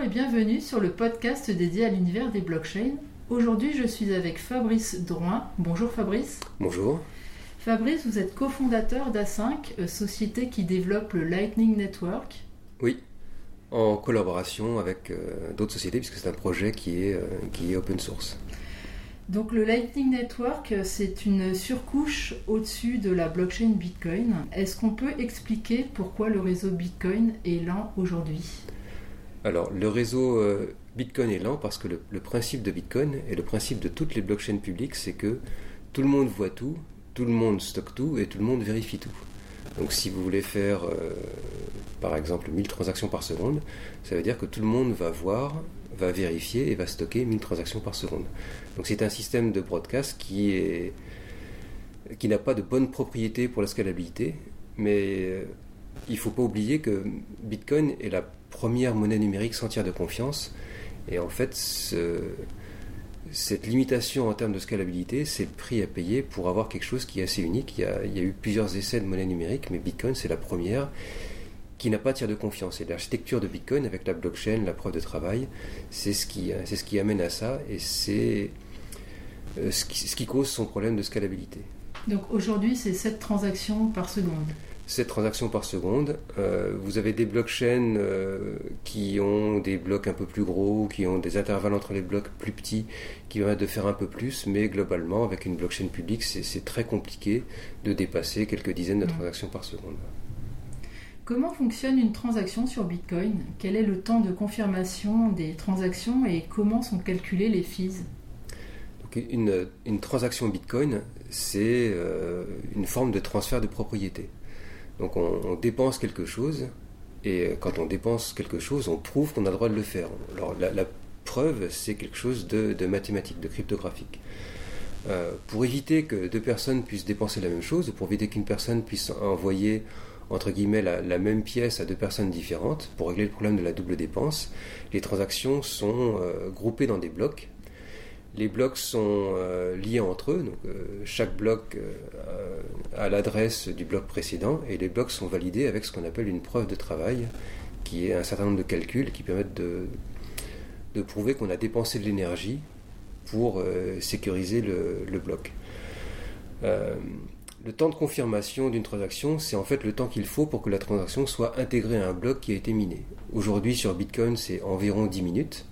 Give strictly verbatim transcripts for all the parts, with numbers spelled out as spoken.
et bienvenue sur le podcast dédié à l'univers des blockchains. Aujourd'hui, je suis avec Fabrice Drouin. Bonjour Fabrice. Bonjour. Fabrice, vous êtes cofondateur d'A cinq, société qui développe le Lightning Network. Oui, en collaboration avec euh, d'autres sociétés, puisque c'est un projet qui est, euh, qui est open source. Donc le Lightning Network, c'est une surcouche au-dessus de la blockchain Bitcoin. Est-ce qu'on peut expliquer pourquoi le réseau Bitcoin est lent aujourd'hui ? Alors, le réseau euh, Bitcoin est lent parce que le, le principe de Bitcoin et le principe de toutes les blockchains publiques, c'est que tout le monde voit tout, tout le monde stocke tout et tout le monde vérifie tout. Donc si vous voulez faire, euh, par exemple, mille transactions par seconde, ça veut dire que tout le monde va voir, va vérifier et va stocker mille transactions par seconde. Donc c'est un système de broadcast qui, est, qui n'a pas de bonnes propriétés pour la scalabilité, mais euh, il ne faut pas oublier que Bitcoin est la première monnaie numérique sans tiers de confiance. Et en fait, ce, cette limitation en termes de scalabilité, c'est le prix à payer pour avoir quelque chose qui est assez unique. Il y a, il y a eu plusieurs essais de monnaie numérique, mais Bitcoin, c'est la première qui n'a pas de tiers de confiance. Et l'architecture de Bitcoin, avec la blockchain, la preuve de travail, c'est ce qui, c'est ce qui amène à ça, et c'est euh, ce, qui, ce qui cause son problème de scalabilité. Donc aujourd'hui, c'est sept transactions par seconde. sept transactions par seconde. Euh, vous avez des blockchains euh, qui ont des blocs un peu plus gros, qui ont des intervalles entre les blocs plus petits, qui permettent de faire un peu plus, mais globalement, avec une blockchain publique, c'est, c'est très compliqué de dépasser quelques dizaines de transactions par seconde. Comment fonctionne une transaction sur Bitcoin ? Quel est le temps de confirmation des transactions et comment sont calculés les fees ? Donc une, une transaction Bitcoin, c'est euh, une forme de transfert de propriété. Donc on, on dépense quelque chose, et quand on dépense quelque chose, on prouve qu'on a le droit de le faire. Alors la, la preuve, c'est quelque chose de, de mathématique, de cryptographique. Euh, pour éviter que deux personnes puissent dépenser la même chose, pour éviter qu'une personne puisse envoyer entre guillemets la, la même pièce à deux personnes différentes, pour régler le problème de la double dépense, les transactions sont euh, groupées dans des blocs. Les blocs sont euh, liés entre eux, donc euh, chaque bloc euh, a l'adresse du bloc précédent, et les blocs sont validés avec ce qu'on appelle une preuve de travail, qui est un certain nombre de calculs qui permettent de, de prouver qu'on a dépensé de l'énergie pour euh, sécuriser le, le bloc. Euh, le temps de confirmation d'une transaction, c'est en fait le temps qu'il faut pour que la transaction soit intégrée à un bloc qui a été miné. Aujourd'hui sur Bitcoin, c'est environ dix minutes.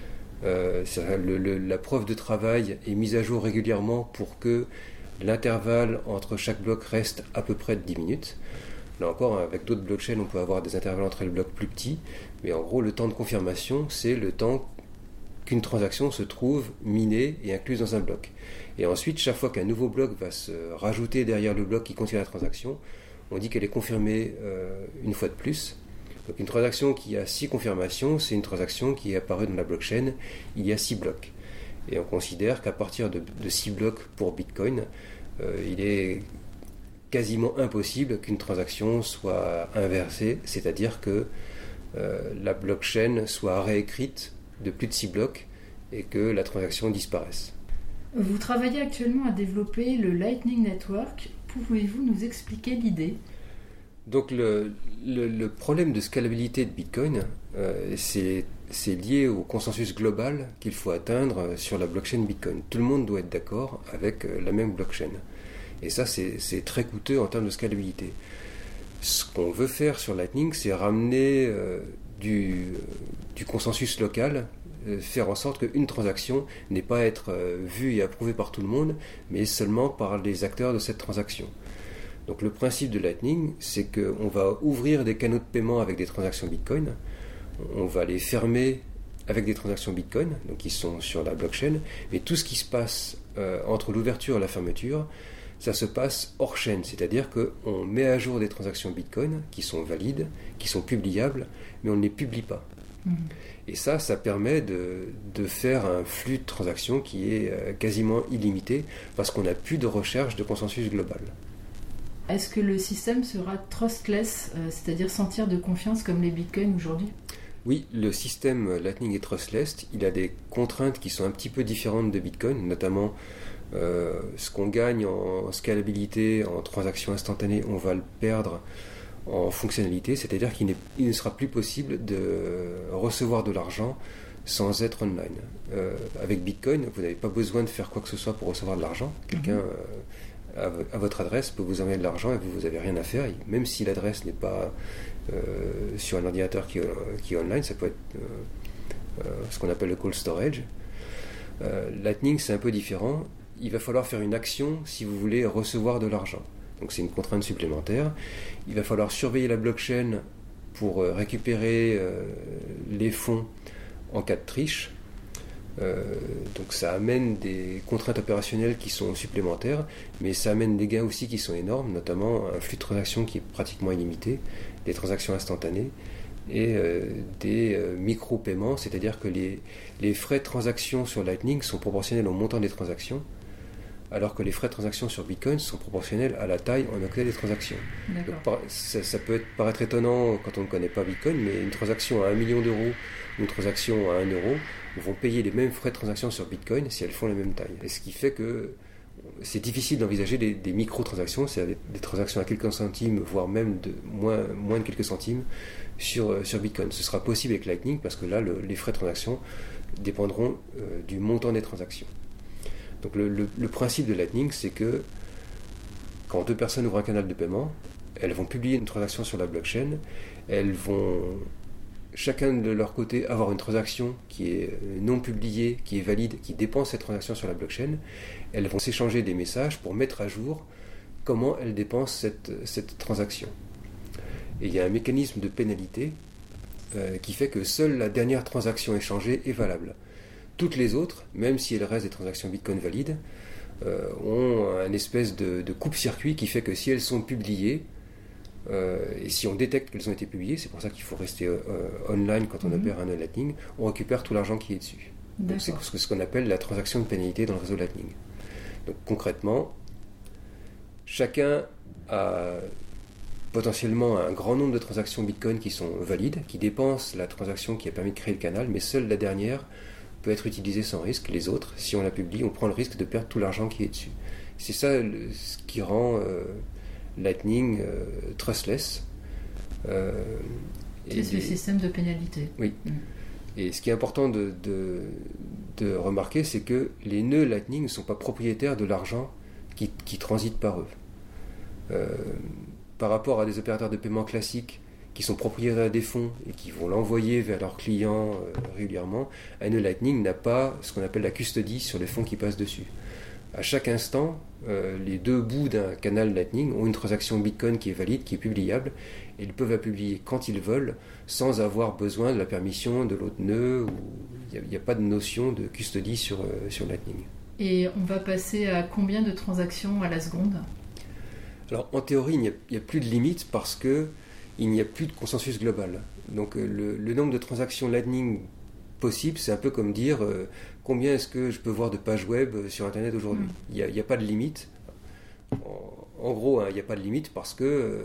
Euh, le, le, la preuve de travail est mise à jour régulièrement pour que l'intervalle entre chaque bloc reste à peu près de dix minutes. Là encore, avec d'autres blockchains, on peut avoir des intervalles entre les blocs plus petits, mais en gros, le temps de confirmation, c'est le temps qu'une transaction se trouve minée et incluse dans un bloc. Et ensuite, chaque fois qu'un nouveau bloc va se rajouter derrière le bloc qui contient la transaction, on dit qu'elle est confirmée euh, une fois de plus. Donc une transaction qui a six confirmations, c'est une transaction qui est apparue dans la blockchain il y a six blocs. Et on considère qu'à partir de, de six blocs pour Bitcoin, euh, il est quasiment impossible qu'une transaction soit inversée, c'est-à-dire que euh, la blockchain soit réécrite de plus de six blocs et que la transaction disparaisse. Vous travaillez actuellement à développer le Lightning Network. Pouvez-vous nous expliquer l'idée ? Donc le, le, le problème de scalabilité de Bitcoin, euh, c'est, c'est lié au consensus global qu'il faut atteindre sur la blockchain Bitcoin. Tout le monde doit être d'accord avec la même blockchain. Et ça, c'est, c'est très coûteux en termes de scalabilité. Ce qu'on veut faire sur Lightning, c'est ramener euh, du, du consensus local, euh, faire en sorte qu'une transaction n'ait pas à être euh, vue et approuvée par tout le monde, mais seulement par les acteurs de cette transaction. Donc le principe de Lightning, c'est qu'on va ouvrir des canaux de paiement avec des transactions Bitcoin, on va les fermer avec des transactions Bitcoin, donc qui sont sur la blockchain, mais tout ce qui se passe euh, entre l'ouverture et la fermeture, ça se passe hors chaîne, c'est-à-dire qu'on met à jour des transactions Bitcoin qui sont valides, qui sont publiables, mais on ne les publie pas. Mmh. Et ça, ça permet de, de faire un flux de transactions qui est euh, quasiment illimité, parce qu'on n'a plus de recherche de consensus global. Est-ce que le système sera trustless, euh, c'est-à-dire sans tiers de confiance comme les bitcoins aujourd'hui ? Oui, le système Lightning est trustless. Il a des contraintes qui sont un petit peu différentes de Bitcoin, notamment euh, ce qu'on gagne en scalabilité, en transactions instantanées, on va le perdre en fonctionnalité, c'est-à-dire qu'il il ne sera plus possible de recevoir de l'argent sans être online. Euh, avec Bitcoin, vous n'avez pas besoin de faire quoi que ce soit pour recevoir de l'argent. Quelqu'un mm-hmm. euh, à, à votre adresse peut vous envoyer de l'argent et vous n'avez rien à faire. Même si l'adresse n'est pas euh, sur un ordinateur qui, qui est online, ça peut être euh, euh, ce qu'on appelle le cold storage. Euh, Lightning, c'est un peu différent. Il va falloir faire une action si vous voulez recevoir de l'argent. Donc c'est une contrainte supplémentaire. Il va falloir surveiller la blockchain pour euh, récupérer euh, les fonds en cas de triche. Euh, donc ça amène des contraintes opérationnelles qui sont supplémentaires, mais ça amène des gains aussi qui sont énormes, notamment un flux de transactions qui est pratiquement illimité, des transactions instantanées et euh, des euh, micro-paiements, c'est-à-dire que les, les frais de transaction sur Lightning sont proportionnels au montant des transactions, alors que les frais de transaction sur Bitcoin sont proportionnels à la taille en octets des transactions. Donc, par, ça, ça peut être, paraître étonnant quand on ne connaît pas Bitcoin, mais une transaction à un million d'euros ou une transaction à un euro vont payer les mêmes frais de transaction sur Bitcoin si elles font la même taille. Et ce qui fait que c'est difficile d'envisager des, des micro-transactions, c'est-à-dire des, des transactions à quelques centimes, voire même de moins, moins de quelques centimes sur, sur Bitcoin. Ce sera possible avec Lightning parce que là, le, les frais de transaction dépendront euh, du montant des transactions. Donc le, le, le principe de Lightning, c'est que quand deux personnes ouvrent un canal de paiement, elles vont publier une transaction sur la blockchain, elles vont chacun de leur côté avoir une transaction qui est non publiée, qui est valide, qui dépense cette transaction sur la blockchain. Elles vont s'échanger des messages pour mettre à jour comment elles dépensent cette, cette transaction. Et il y a un mécanisme de pénalité euh, qui fait que seule la dernière transaction échangée est valable. Toutes les autres, même si elles restent des transactions Bitcoin valides, euh, ont un espèce de, de coupe-circuit qui fait que si elles sont publiées, euh, et si on détecte qu'elles ont été publiées, c'est pour ça qu'il faut rester euh, online quand on mm-hmm. opère un nœud Lightning, on récupère tout l'argent qui est dessus. Donc c'est ce qu'on appelle la transaction de pénalité dans le réseau Lightning. Donc concrètement, chacun a potentiellement un grand nombre de transactions Bitcoin qui sont valides, qui dépensent la transaction qui a permis de créer le canal, mais seule la dernière peut être utilisée sans risque. Les autres, si on la publie, on prend le risque de perdre tout l'argent qui est dessus. C'est ça le, ce qui rend euh, Lightning euh, trustless. Euh, c'est ce système de pénalité. Oui. Mm. Et ce qui est important de, de, de remarquer, c'est que les nœuds Lightning ne sont pas propriétaires de l'argent qui, qui transite par eux. Euh, par rapport à des opérateurs de paiement classiques qui sont propriétaires des fonds et qui vont l'envoyer vers leurs clients euh, régulièrement, un nœud Lightning n'a pas ce qu'on appelle la custody sur les fonds qui passent dessus. À chaque instant, euh, les deux bouts d'un canal Lightning ont une transaction Bitcoin qui est valide, qui est publiable, et ils peuvent la publier quand ils veulent, sans avoir besoin de la permission de l'autre nœud. Il n'y a, a pas de notion de custody sur, euh, sur Lightning. Et on va passer à combien de transactions à la seconde ? Alors en théorie, il n'y a, il n'y a plus de limite parce que il n'y a plus de consensus global. Donc le, le nombre de transactions Lightning possibles, c'est un peu comme dire euh, combien est-ce que je peux voir de pages web sur Internet aujourd'hui. Mmh. Il n'y a, il n'y a pas de limite. En, en gros, hein, il n'y a pas de limite parce que euh,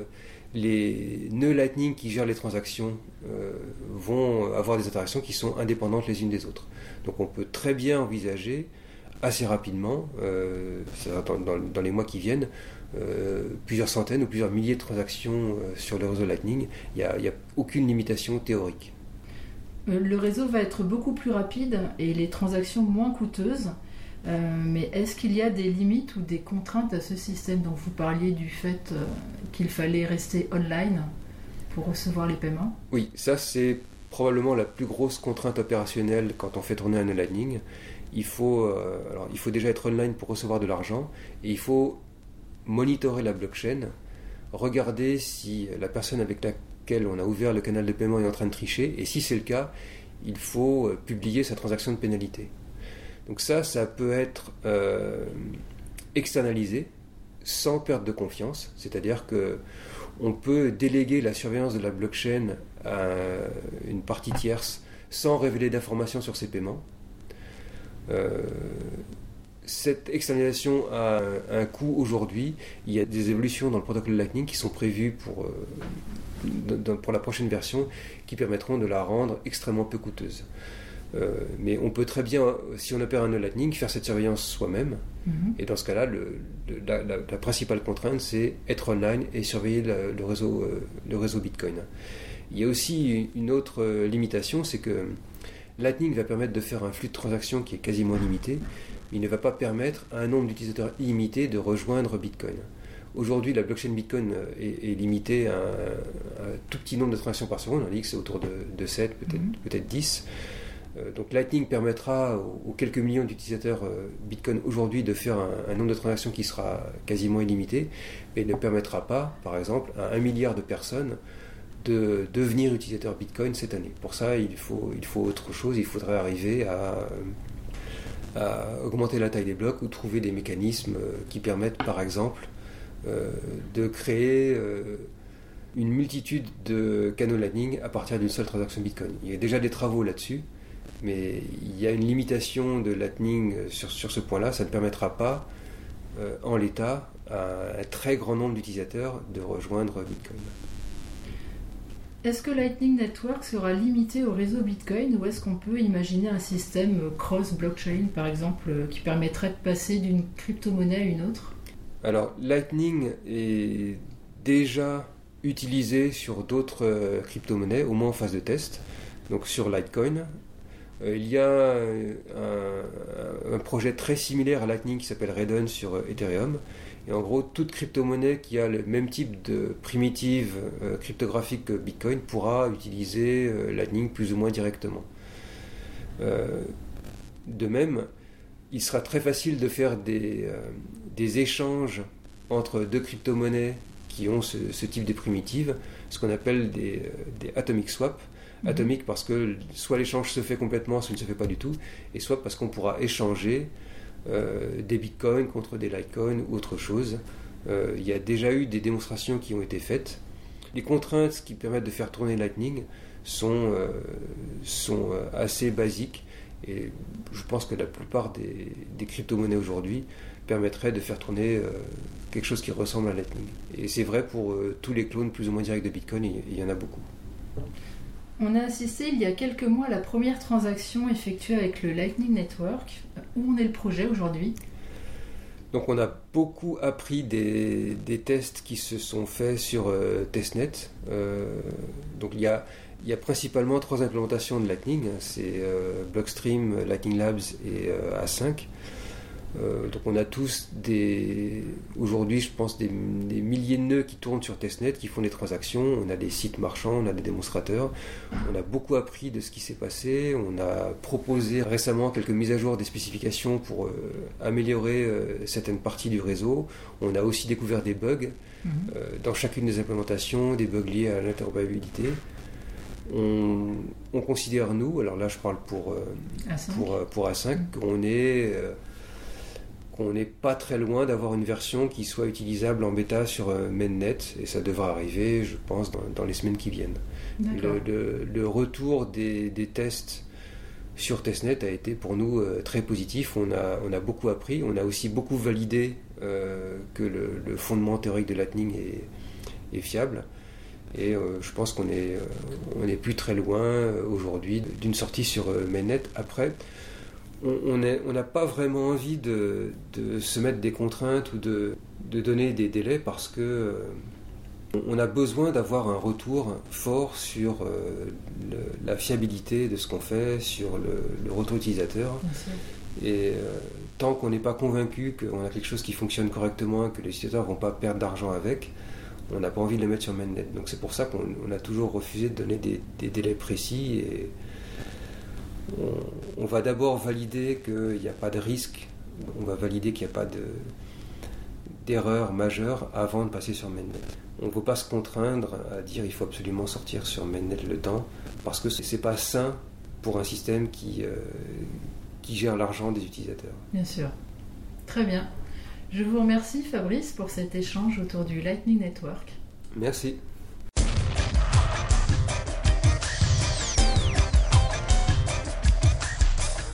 les nœuds Lightning qui gèrent les transactions euh, vont avoir des interactions qui sont indépendantes les unes des autres. Donc on peut très bien envisager assez rapidement, euh, dans, dans, dans les mois qui viennent, Euh, plusieurs centaines ou plusieurs milliers de transactions euh, sur le réseau Lightning. Il n'y a, a aucune limitation théorique. Euh, le réseau va être beaucoup plus rapide et les transactions moins coûteuses. Euh, mais est-ce qu'il y a des limites ou des contraintes à ce système dont vous parliez du fait euh, qu'il fallait rester online pour recevoir les paiements ? Oui, ça c'est probablement la plus grosse contrainte opérationnelle quand on fait tourner un nœud Lightning. Il faut, euh, alors, il faut déjà être online pour recevoir de l'argent et il faut monitorer la blockchain, regarder si la personne avec laquelle on a ouvert le canal de paiement est en train de tricher, et si c'est le cas, il faut publier sa transaction de pénalité. Donc ça, ça peut être euh, externalisé sans perte de confiance, c'est-à-dire que on peut déléguer la surveillance de la blockchain à une partie tierce sans révéler d'informations sur ses paiements. Euh, Cette externalisation a un, un coût aujourd'hui. Il y a des évolutions dans le protocole Lightning qui sont prévues pour, euh, de, de, pour la prochaine version qui permettront de la rendre extrêmement peu coûteuse. Euh, mais on peut très bien, si on opère un nœud Lightning, faire cette surveillance soi-même. Mm-hmm. Et dans ce cas-là, le, le, la, la, la principale contrainte, c'est être online et surveiller le, le, réseau, euh, le réseau Bitcoin. Il y a aussi une autre euh, limitation, c'est que Lightning va permettre de faire un flux de transactions qui est quasiment illimité, mais il ne va pas permettre à un nombre d'utilisateurs illimité de rejoindre Bitcoin. Aujourd'hui, la blockchain Bitcoin est, est limitée à un, à un tout petit nombre de transactions par seconde. On dit que c'est autour de, de sept, peut-être, mm-hmm. peut-être dix. Euh, donc Lightning permettra aux, aux quelques millions d'utilisateurs euh, Bitcoin aujourd'hui de faire un, un nombre de transactions qui sera quasiment illimité, mais il ne permettra pas, par exemple, à un milliard de personnes de devenir utilisateurs Bitcoin cette année. Pour ça, il faut, il faut autre chose. Il faudrait arriver à, à augmenter la taille des blocs ou trouver des mécanismes qui permettent, par exemple, euh, de créer euh, une multitude de canaux Lightning à partir d'une seule transaction Bitcoin. Il y a déjà des travaux là-dessus, mais il y a une limitation de Lightning sur, sur ce point-là. Ça ne permettra pas, euh, en l'état, à un très grand nombre d'utilisateurs de rejoindre Bitcoin. Est-ce que Lightning Network sera limité au réseau Bitcoin ou est-ce qu'on peut imaginer un système cross-blockchain, par exemple, qui permettrait de passer d'une crypto-monnaie à une autre ? Alors, Lightning est déjà utilisé sur d'autres euh, crypto-monnaies, au moins en phase de test, donc sur Litecoin. Euh, il y a un, un projet très similaire à Lightning qui s'appelle Raiden sur euh, Ethereum. Et en gros, toute crypto-monnaie qui a le même type de primitive euh, cryptographique que Bitcoin pourra utiliser euh, Lightning plus ou moins directement. Euh, de même, il sera très facile de faire des, euh, des échanges entre deux crypto-monnaies qui ont ce, ce type de primitive, ce qu'on appelle des, des atomic swap. Mmh. Atomique parce que soit l'échange se fait complètement, soit il ne se fait pas du tout, et soit parce qu'on pourra échanger Euh, des bitcoins contre des litecoins ou autre chose. Euh, il y a déjà eu des démonstrations qui ont été faites. Les contraintes qui permettent de faire tourner Lightning sont, euh, sont assez basiques et je pense que la plupart des, des crypto-monnaies aujourd'hui permettraient de faire tourner euh, quelque chose qui ressemble à Lightning. Et c'est vrai pour euh, tous les clones plus ou moins directs de Bitcoin, il, il y en a beaucoup. On a assisté il y a quelques mois à la première transaction effectuée avec le Lightning Network. Où en est le projet aujourd'hui ? Donc on a beaucoup appris des, des tests qui se sont faits sur euh, testnet. Euh, donc il y, a, il y a principalement trois implémentations de Lightning. C'est euh, Blockstream, Lightning Labs et euh, A cinq. Euh, donc on a tous des, aujourd'hui je pense des, des milliers de nœuds qui tournent sur testnet, qui font des transactions, on a des sites marchands, on a des démonstrateurs, on a beaucoup appris de ce qui s'est passé, on a proposé récemment quelques mises à jour des spécifications pour euh, améliorer euh, certaines parties du réseau, on a aussi découvert des bugs mmh. euh, dans chacune des implémentations, des bugs liés à l'interopérabilité. On, on considère nous, alors là je parle pour, euh, A cinq. pour, pour A cinq, mmh. qu'on est... Euh, qu'on n'est pas très loin d'avoir une version qui soit utilisable en bêta sur euh, mainnet, et ça devrait arriver, je pense, dans, dans les semaines qui viennent. Le, le, le retour des, des tests sur testnet a été pour nous euh, très positif, on a, on a beaucoup appris, on a aussi beaucoup validé euh, que le, le fondement théorique de Lightning est, est fiable, et euh, je pense qu'on est, euh, on n'est plus très loin euh, aujourd'hui d'une sortie sur euh, mainnet. Après, on n'a pas vraiment envie de, de se mettre des contraintes ou de, de donner des délais parce que euh, on a besoin d'avoir un retour fort sur euh, le, la fiabilité de ce qu'on fait, sur le, le retour utilisateur. Et euh, tant qu'on n'est pas convaincu qu'on a quelque chose qui fonctionne correctement, que les utilisateurs ne vont pas perdre d'argent avec, on n'a pas envie de le mettre sur mainnet. Donc c'est pour ça qu'on on a toujours refusé de donner des, des délais précis. Et On, on va d'abord valider qu'il n'y a pas de risque, on va valider qu'il n'y a pas de, d'erreur majeure avant de passer sur mainnet. On ne veut pas se contraindre à dire qu'il faut absolument sortir sur mainnet le temps, parce que ce n'est pas sain pour un système qui, euh, qui gère l'argent des utilisateurs. Bien sûr. Très bien. Je vous remercie Fabrice pour cet échange autour du Lightning Network. Merci.